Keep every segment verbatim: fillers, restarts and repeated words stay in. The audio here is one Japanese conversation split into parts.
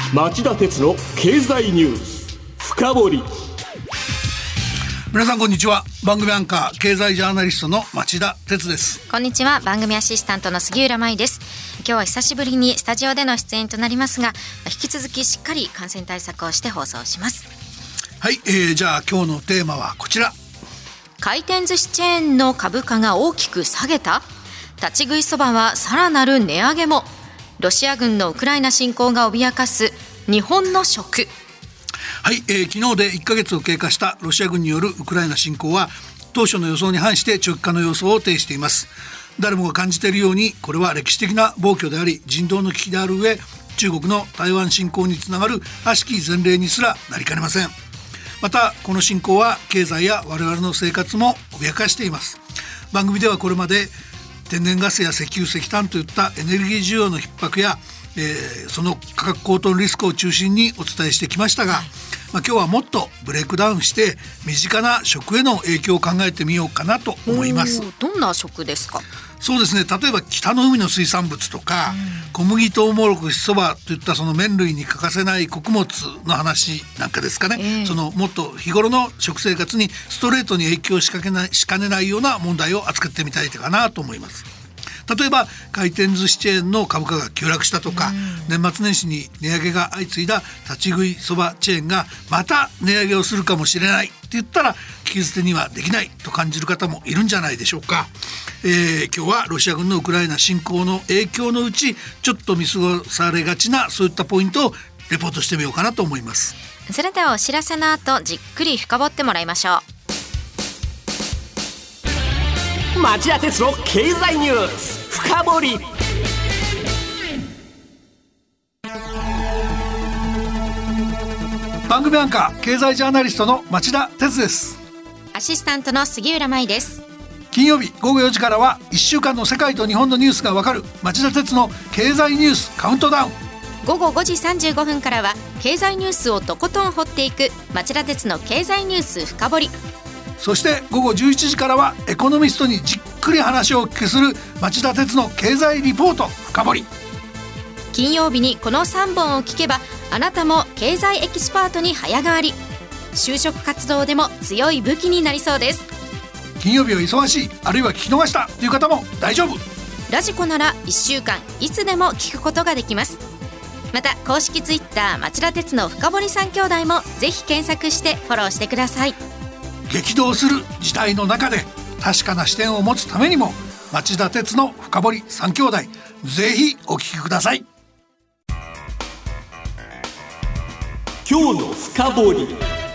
町田鉄の経済ニュース深掘り。 皆さんこんにちは。番組アンカー経済ジャーナリストの町田鉄です。 こんにちは。番組アシスタントの杉浦舞です。今日は久しぶりにスタジオでの出演となりますが、引き続きしっかり感染対策をして放送します。 はい、えー、じゃあ今日のテーマはこちら。 回転寿司チェーンの株価が大きく下げた。立ち食いそばはさらなる値上げも。ロシア軍のウクライナ侵攻が脅かす日本の食。 はい、えー、昨日でいっかげつを経過したロシア軍によるウクライナ侵攻は当初の予想に反して長期化の様相を呈しています。誰もが感じているようにこれは歴史的な暴挙であり人道の危機である上、中国の台湾侵攻につながる悪しき前例にすらなりかねません。またこの侵攻は経済や我々の生活も脅かしています。番組ではこれまで天然ガスや石油石炭といったエネルギー需要の逼迫や、えー、その価格高騰のリスクを中心にお伝えしてきましたが、はい、まあ、今日はもっとブレイクダウンして身近な食への影響を考えてみようかなと思います。 どんな食ですか？ そうですね、例えば北の海の水産物とか、うん、小麦とうもろこしそばといったその麺類に欠かせない穀物の話なんかですかね、えー、そのもっと日頃の食生活にストレートに影響しかけないしかねないような問題を扱ってみたいかなと思います。例えば回転寿司チェーンの株価が急落したとか、うん、年末年始に値上げが相次いだ立ち食いそばチェーンがまた値上げをするかもしれないって言ったら聞き捨てにはできないと感じる方もいるんじゃないでしょうか。えー、今日はロシア軍のウクライナ侵攻の影響のうちちょっと見過ごされがちなそういったポイントをレポートしてみようかなと思います。 それではお知らせの後じっくり深掘ってもらいましょう。町田鉄の経済ニュース深掘り。 番組アンカー経済ジャーナリストの町田鉄です。 アシスタントの杉浦舞です。 金曜日午後よじからはいっしゅうかんの世界と日本のニュースがわかる町田鉄の経済ニュースカウントダウン。 午後ごじさんじゅうごふんからは経済ニュースをとことん掘っていく町田鉄の経済ニュース深掘り。 そして午後じゅういちじからはエコノミストにじっくり話をお聞きする町田鉄の経済リポート深掘り。 金曜日にこのさんぼんを聞けばあなたも経済エキスパートに早変わり。就職活動でも強い武器になりそうです。 金曜日は忙しい、あるいは聞き逃したという方も大丈夫。 ラジコならいっしゅうかんいつでも聞くことができます。また公式ツイッター町田鉄の深堀三兄弟もぜひ検索してフォローしてください。 激動する事態の中で確かな視点を持つためにも町田鉄の深堀三兄弟ぜひお聞きください。 今日の深掘り。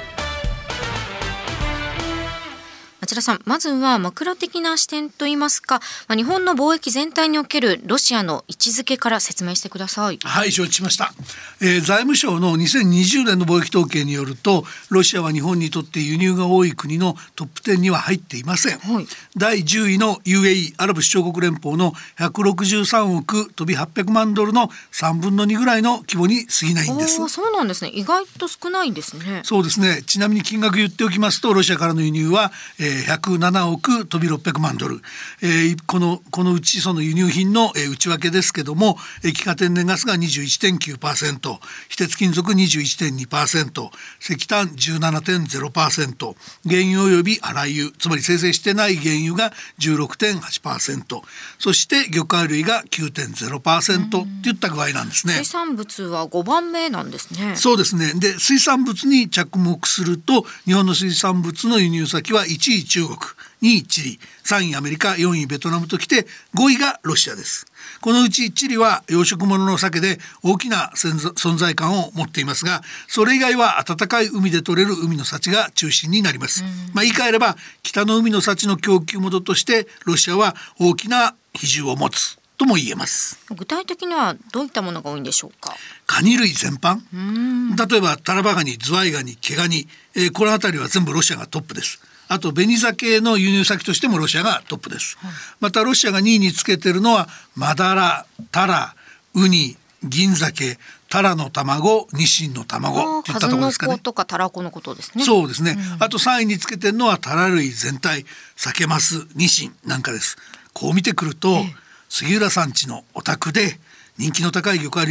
町田さん、まずはマクロ的な視点といいますか、まあ、日本の貿易全体におけるロシアの位置づけから説明してください。 はい、承知しました。えー、財務省のにせんにじゅうねんの貿易統計によるとロシアは日本にとって輸入が多い国のトップじゅうには入っていません。はい、だいじゅういの ユーエーイー アラブ首長国連邦のひゃくろくじゅうさんおく飛びはっぴゃくまんドルのさんぶんのにぐらいの規模に過ぎないんです。 そうなんですね。意外と少ないんですね。 そうですね。ちなみに金額言っておきますとロシアからの輸入は、えーひゃくななおく飛びろっぴゃくまんドル、えー、このこのうちその輸入品の、えー、内訳ですけども、液化天然ガスが にじゅういちてんきゅうパーセント、 非鉄金属 にじゅういちてんにパーセント、 石炭 じゅうななてんゼロパーセント、 原油および粗油つまり精製してない原油が じゅうろくてんはちパーセント、 そして魚介類が きゅうてんゼロパーセント っていった具合なんですね。 水産物はごばんめなんですね。 そうですね。で水産物に着目すると日本の水産物の輸入先はいちい中国、にいチリ、さんいアメリカ、よんいベトナムときてごいがロシアです。このうちチリは養殖物の鮭で大きな存在感を持っていますが、それ以外は暖かい海で取れる海の幸が中心になります。まあ、言い換えれば北の海の幸の供給元としてロシアは大きな比重を持つとも言えます。 具体的にはどういったものが多いんでしょうか？ カニ類全般、例えばタラバガニ、ズワイガニ、毛ガニ、えー、この辺りは全部ロシアがトップです。あと紅鮭の輸入先としてもロシアがトップです。はい、またロシアがにいにつけているのはマダラ、タラ、ウニ、銀鮭、タラの卵、ニシンの卵といったところですかね。 数の子とかタラコのことですね。 そうですね。うん、あとさんいにつけてるのはタラ類全体、サケマス、ニシンなんかです。こう見てくると、杉浦さん家のお宅で人気の高い魚介類も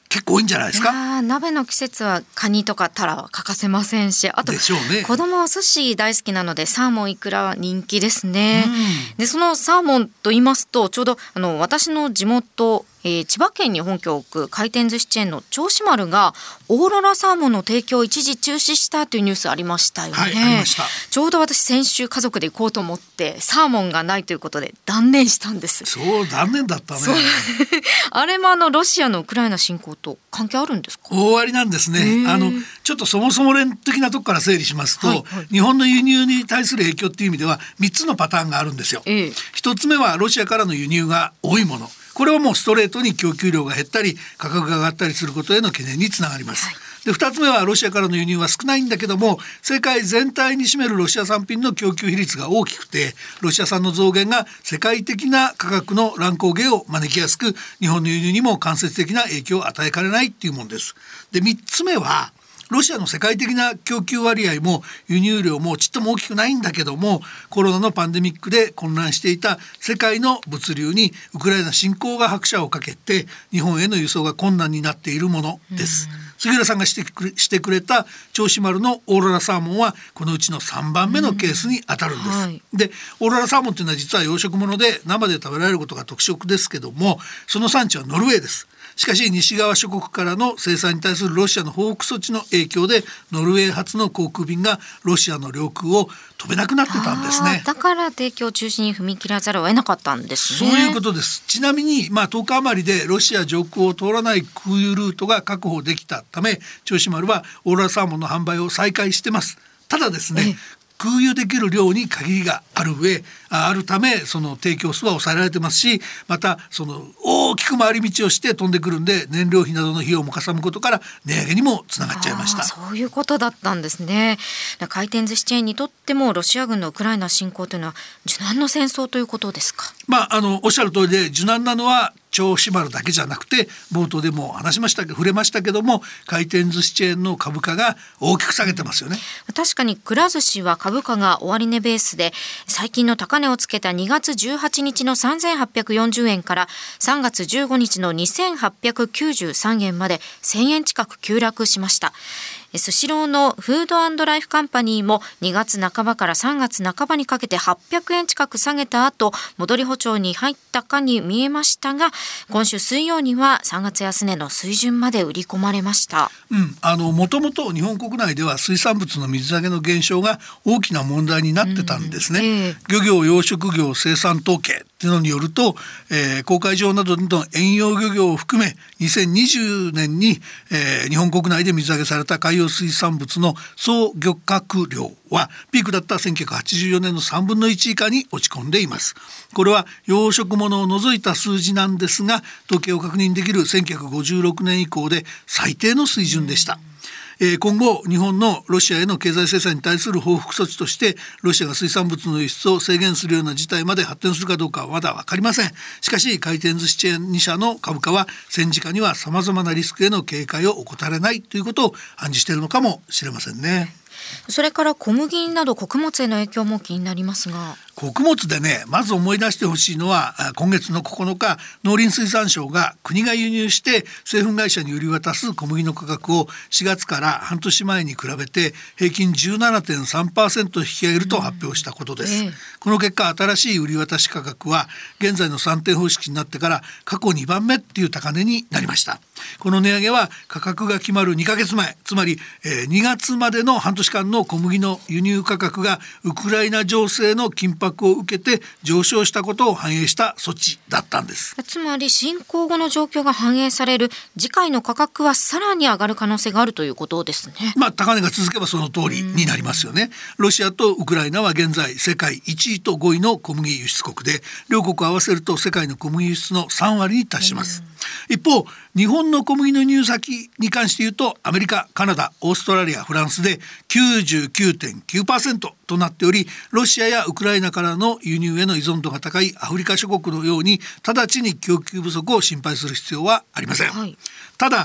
結構多いんじゃないですか。 いや鍋の季節はカニとかタラは欠かせませんし、あとでしょうね。 子供は寿司大好きなのでサーモンイクラは人気ですね、うん、でそのサーモンと言いますと、ちょうどあの私の地元、えー、千葉県に本拠を置く回転寿司チェーンの銚子丸がオーロラサーモンの提供を一時中止したというニュースありましたよね。 はい、ありました。 ちょうど私先週家族で行こうと思ってサーモンがないということで断念したんです。 そう残念だったね。 あれもあのロシアのウクライナ侵攻と関係あるんですか。 大ありなんですね。あのちょっとそもそも連的なとこから整理しますと、はいはい、日本の輸入に対する影響っていう意味ではみっつのパターンがあるんですよ。えー、ひとつめはロシアからの輸入が多いもの、これはもうストレートに供給量が減ったり価格が上がったりすることへの懸念につながります。はい、でふたつめはロシアからの輸入は少ないんだけども世界全体に占めるロシア産品の供給比率が大きくて、ロシア産の増減が世界的な価格の乱高下を招きやすく、日本の輸入にも間接的な影響を与えかねないっていうものです。でみっつめはロシアの世界的な供給割合も輸入量もちっとも大きくないんだけども、コロナのパンデミックで混乱していた世界の物流にウクライナ侵攻が拍車をかけて日本への輸送が困難になっているものです。杉浦さんがしてくれ、してくれた銚子丸のオーロラサーモンはこのうちのさんばんめのケースに当たるんです。はい、でオーロラサーモンというのは実は養殖物で生で食べられることが特色ですけども、その産地はノルウェーです。しかし西側諸国からの制裁に対するロシアの報復措置の影響でノルウェー発の航空便がロシアの領空を飛べなくなってたんですね。 だから提供中止に踏み切らざるを得なかったんですね。 そういうことです。ちなみに、まあ、とおか余りでロシア上空を通らない空輸ルートが確保できたため銚子丸はオーロラサーモンの販売を再開してます。ただですね、空輸できる量に限りがある上あるためその提供数は抑えられてますし、またその大きく回り道をして飛んでくるんで燃料費などの費用もかさむことから値上げにもつながっちゃいました。 そういうことだったんですね。回転寿司チェーンにとってもロシア軍のウクライナ侵攻というのは受難の戦争ということですか。 まあ、あのおっしゃる通りで受難なのは銚子丸だけじゃなくて冒頭でも話しましたけど触れましたけども回転寿司チェーンの株価が大きく下げてますよね。 確かにくら寿司は株価が終値ベースで最近の高値をつけたにがつじゅうはちにちのさんぜんはっぴゃくよんじゅうえんからさんがつじゅうごにちのにせんはっぴゃくきゅうじゅうさんえんまでせんえん近く急落しました。スシローのフード&ライフカンパニーもにがつなかばからさんがつなかばにかけてはっぴゃくえん近く下げた後戻り歩調に入ったかに見えましたが、今週水曜にはさんがつ安値の水準まで売り込まれました。 うん、あのもともと日本国内では水産物の水揚げの減少が大きな問題になってたんですね。うんえー、漁業養殖業生産統計っていうのによると、えー、公海上などの遠洋漁業を含めにせんにじゅうねんに、えー、日本国内で水揚げされた海洋水産物の総漁獲量はピークだったせんきゅうひゃくはちじゅうよねんのさんぶんのいち以下に落ち込んでいます。これは養殖物を除いた数字なんですが統計を確認できるせんきゅうひゃくごじゅうろくねん以降で最低の水準でした。えー、今後日本のロシアへの経済制裁に対する報復措置としてロシアが水産物の輸出を制限するような事態まで発展するかどうかはまだ分かりません。しかし回転寿司チェーンに社の株価は戦時下にはさまざまなリスクへの警戒を怠れないということを暗示しているのかもしれませんね。 それから小麦など穀物への影響も気になりますが、 穀物でねまず思い出してほしいのは今月のここのか農林水産省が国が輸入して製粉会社に売り渡す小麦の価格をしがつから半年前に比べて平均 じゅうななてんさんパーセント 引き上げると発表したことです。うんええ、この結果新しい売り渡し価格は現在の算定方式になってから過去にばんめっていう高値になりました。この値上げは価格が決まるにかげつまえつまりにがつまでの半年間の小麦の輸入価格がウクライナ情勢の緊迫を受けて上昇したことを反映した措置だったんです。 つまり侵攻後の状況が反映される次回の価格はさらに上がる可能性があるということですね。 まあ高値が続けばその通りになりますよね。ロシアとウクライナは現在世界いちいとごいの小麦輸出国で両国合わせると世界の小麦輸出のさんわりに達します。一方日本の小麦の入先に関して言うとアメリカ、カナダ、オーストラリア、フランスで きゅうじゅうきゅうてんきゅうパーセント となっておりロシアやウクライナからの輸入への依存度が高いアフリカ諸国のように直ちに供給不足を心配する必要はありません。はい、ただ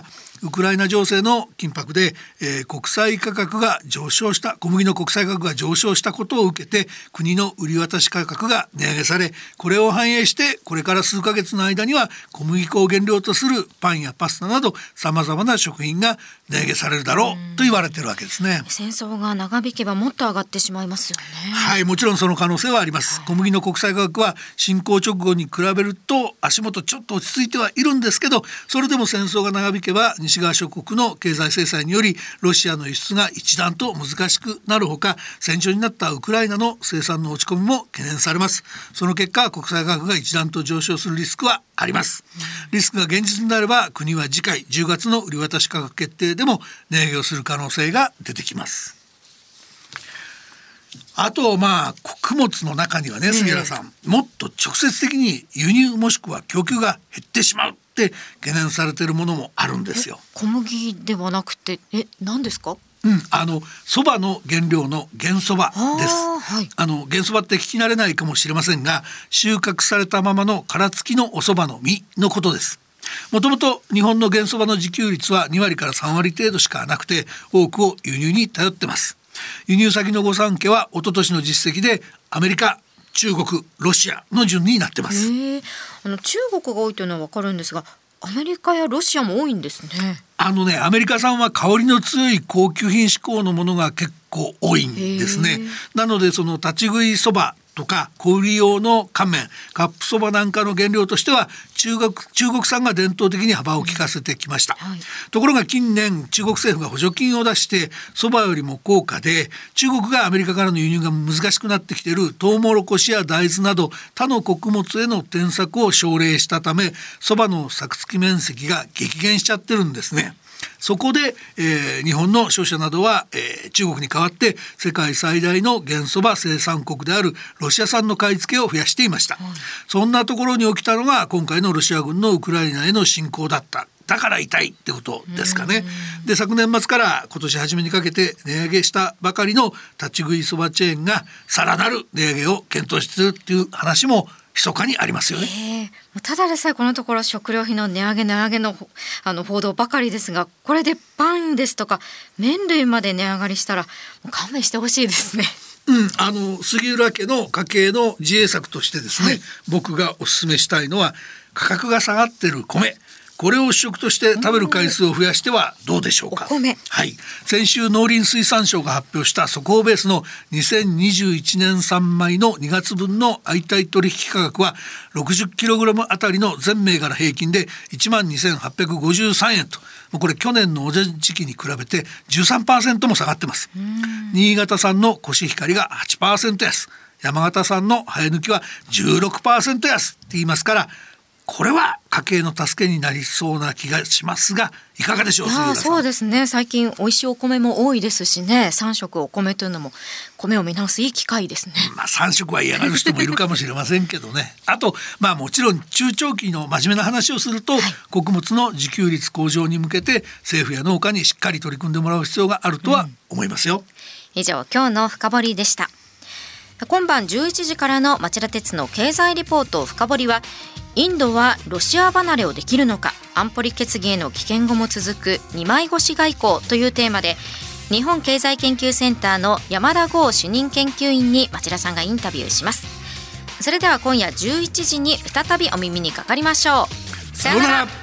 ウクライナ情勢の緊迫で、えー、国際価格が上昇した小麦の国際価格が上昇したことを受けて国の売り渡し価格が値上げされ、これを反映してこれから数ヶ月の間には小麦粉を原料とするパンやパスタなどさまざまな食品が値上げされるだろうと言われているわけですね。 戦争が長引けばもっと上がってしまいますよね。 はい、もちろんその可能性はあります。小麦の国際価格は侵攻直後に比べると足元ちょっと落ち着いてはいるんですけど、それでも戦争が長引けば西側諸国の経済制裁によりロシアの輸出が一段と難しくなるほか、戦場になったウクライナの生産の落ち込みも懸念されます。その結果国際価格が一段と上昇するリスクはあります。リスクが現実になれば国は次回じゅうがつの売り渡し価格決定でも値上げをする可能性が出てきます。あとまあ穀物の中にはね、杉原さん、もっと直接的に輸入もしくは供給が減ってしまうって懸念されているものもあるんですよ。 小麦ではなくてえ何ですか？ うん、あのそばの原料の玄そばです。 はい、 あの玄そばって聞き慣れないかもしれませんが、収穫されたままの殻付きのおそばの実のことです。もともと日本の玄そばの自給率はにわりからさんわり程度しかなくて、多くを輸入に頼ってます。輸入先の御三家は一昨年の実績でアメリカ、中国、ロシアの順になってます。 へえ、あの中国が多いというのは分かるんですが、アメリカやロシアも多いんですね。 あのね、アメリカ産は香りの強い高級品志向のものが結構多いんですね。なのでその立ち食いそばとか小売り用の乾麺、カップそばなんかの原料としては中国、中国産が伝統的に幅を利かせてきました、はい、ところが近年中国政府が補助金を出してそばよりも高価で中国がアメリカからの輸入が難しくなってきているトウモロコシや大豆など他の穀物への転作を奨励したため、そばの作付面積が激減しちゃってるんですね。そこで、えー、日本の商社などは、えー、中国に代わって世界最大の玄そば生産国であるロシア産の買い付けを増やしていました、はい、そんなところに起きたのが今回のロシア軍のウクライナへの侵攻だった。だから痛いってことですかね。で、昨年末から今年初めにかけて値上げしたばかりの立ち食いそばチェーンがさらなる値上げを検討しているっていう話も密かにありますよね。 えー、ただでさえこのところ食料品の値上げ値上げの、あの報道ばかりですが、これでパンですとか麺類まで値上がりしたらもう勘弁してほしいですね。 うん、あの杉浦家の家計の自衛策としてですね、はい、僕がお勧めしたいのは価格が下がってる米、これを主食として食べる回数を増やしてはどうでしょうか。 お米、 はい、先週農林水産省が発表した速報ベースのにせんにじゅういちねん産米のにがつぶんの相対取引価格は ろくじゅっキログラム あたりの全銘柄平均で いちまんにせんはっぴゃくごじゅうさんえんと、これ去年の同じ時期に比べて じゅうさんパーセント も下がってます。新潟産のコシヒカリが はちパーセント 安、山形産の生え抜きは じゅうろくパーセント 安って言いますから、これは家計の助けになりそうな気がしますが、いかがでしょう。 あ、そうですね、最近美味しいお米も多いですしね、さん食お米というのも米を見直すいい機会ですね。 まあさん食は嫌がる人もいるかもしれませんけどね。あとまあもちろん中長期の真面目な話をすると、はい、穀物の自給率向上に向けて政府や農家にしっかり取り組んでもらう必要があるとは思いますよ、うん、 以上今日の深掘りでした。今晩じゅういちじからの町田鉄の経済リポート深掘りは、インドはロシア離れをできるのか、安保理決議への棄権後も続く二枚腰外交というテーマで、日本経済研究センターの山田剛主任研究員に町田さんがインタビューします。それでは今夜じゅういちじに再びお耳にかかりましょう。 さようなら。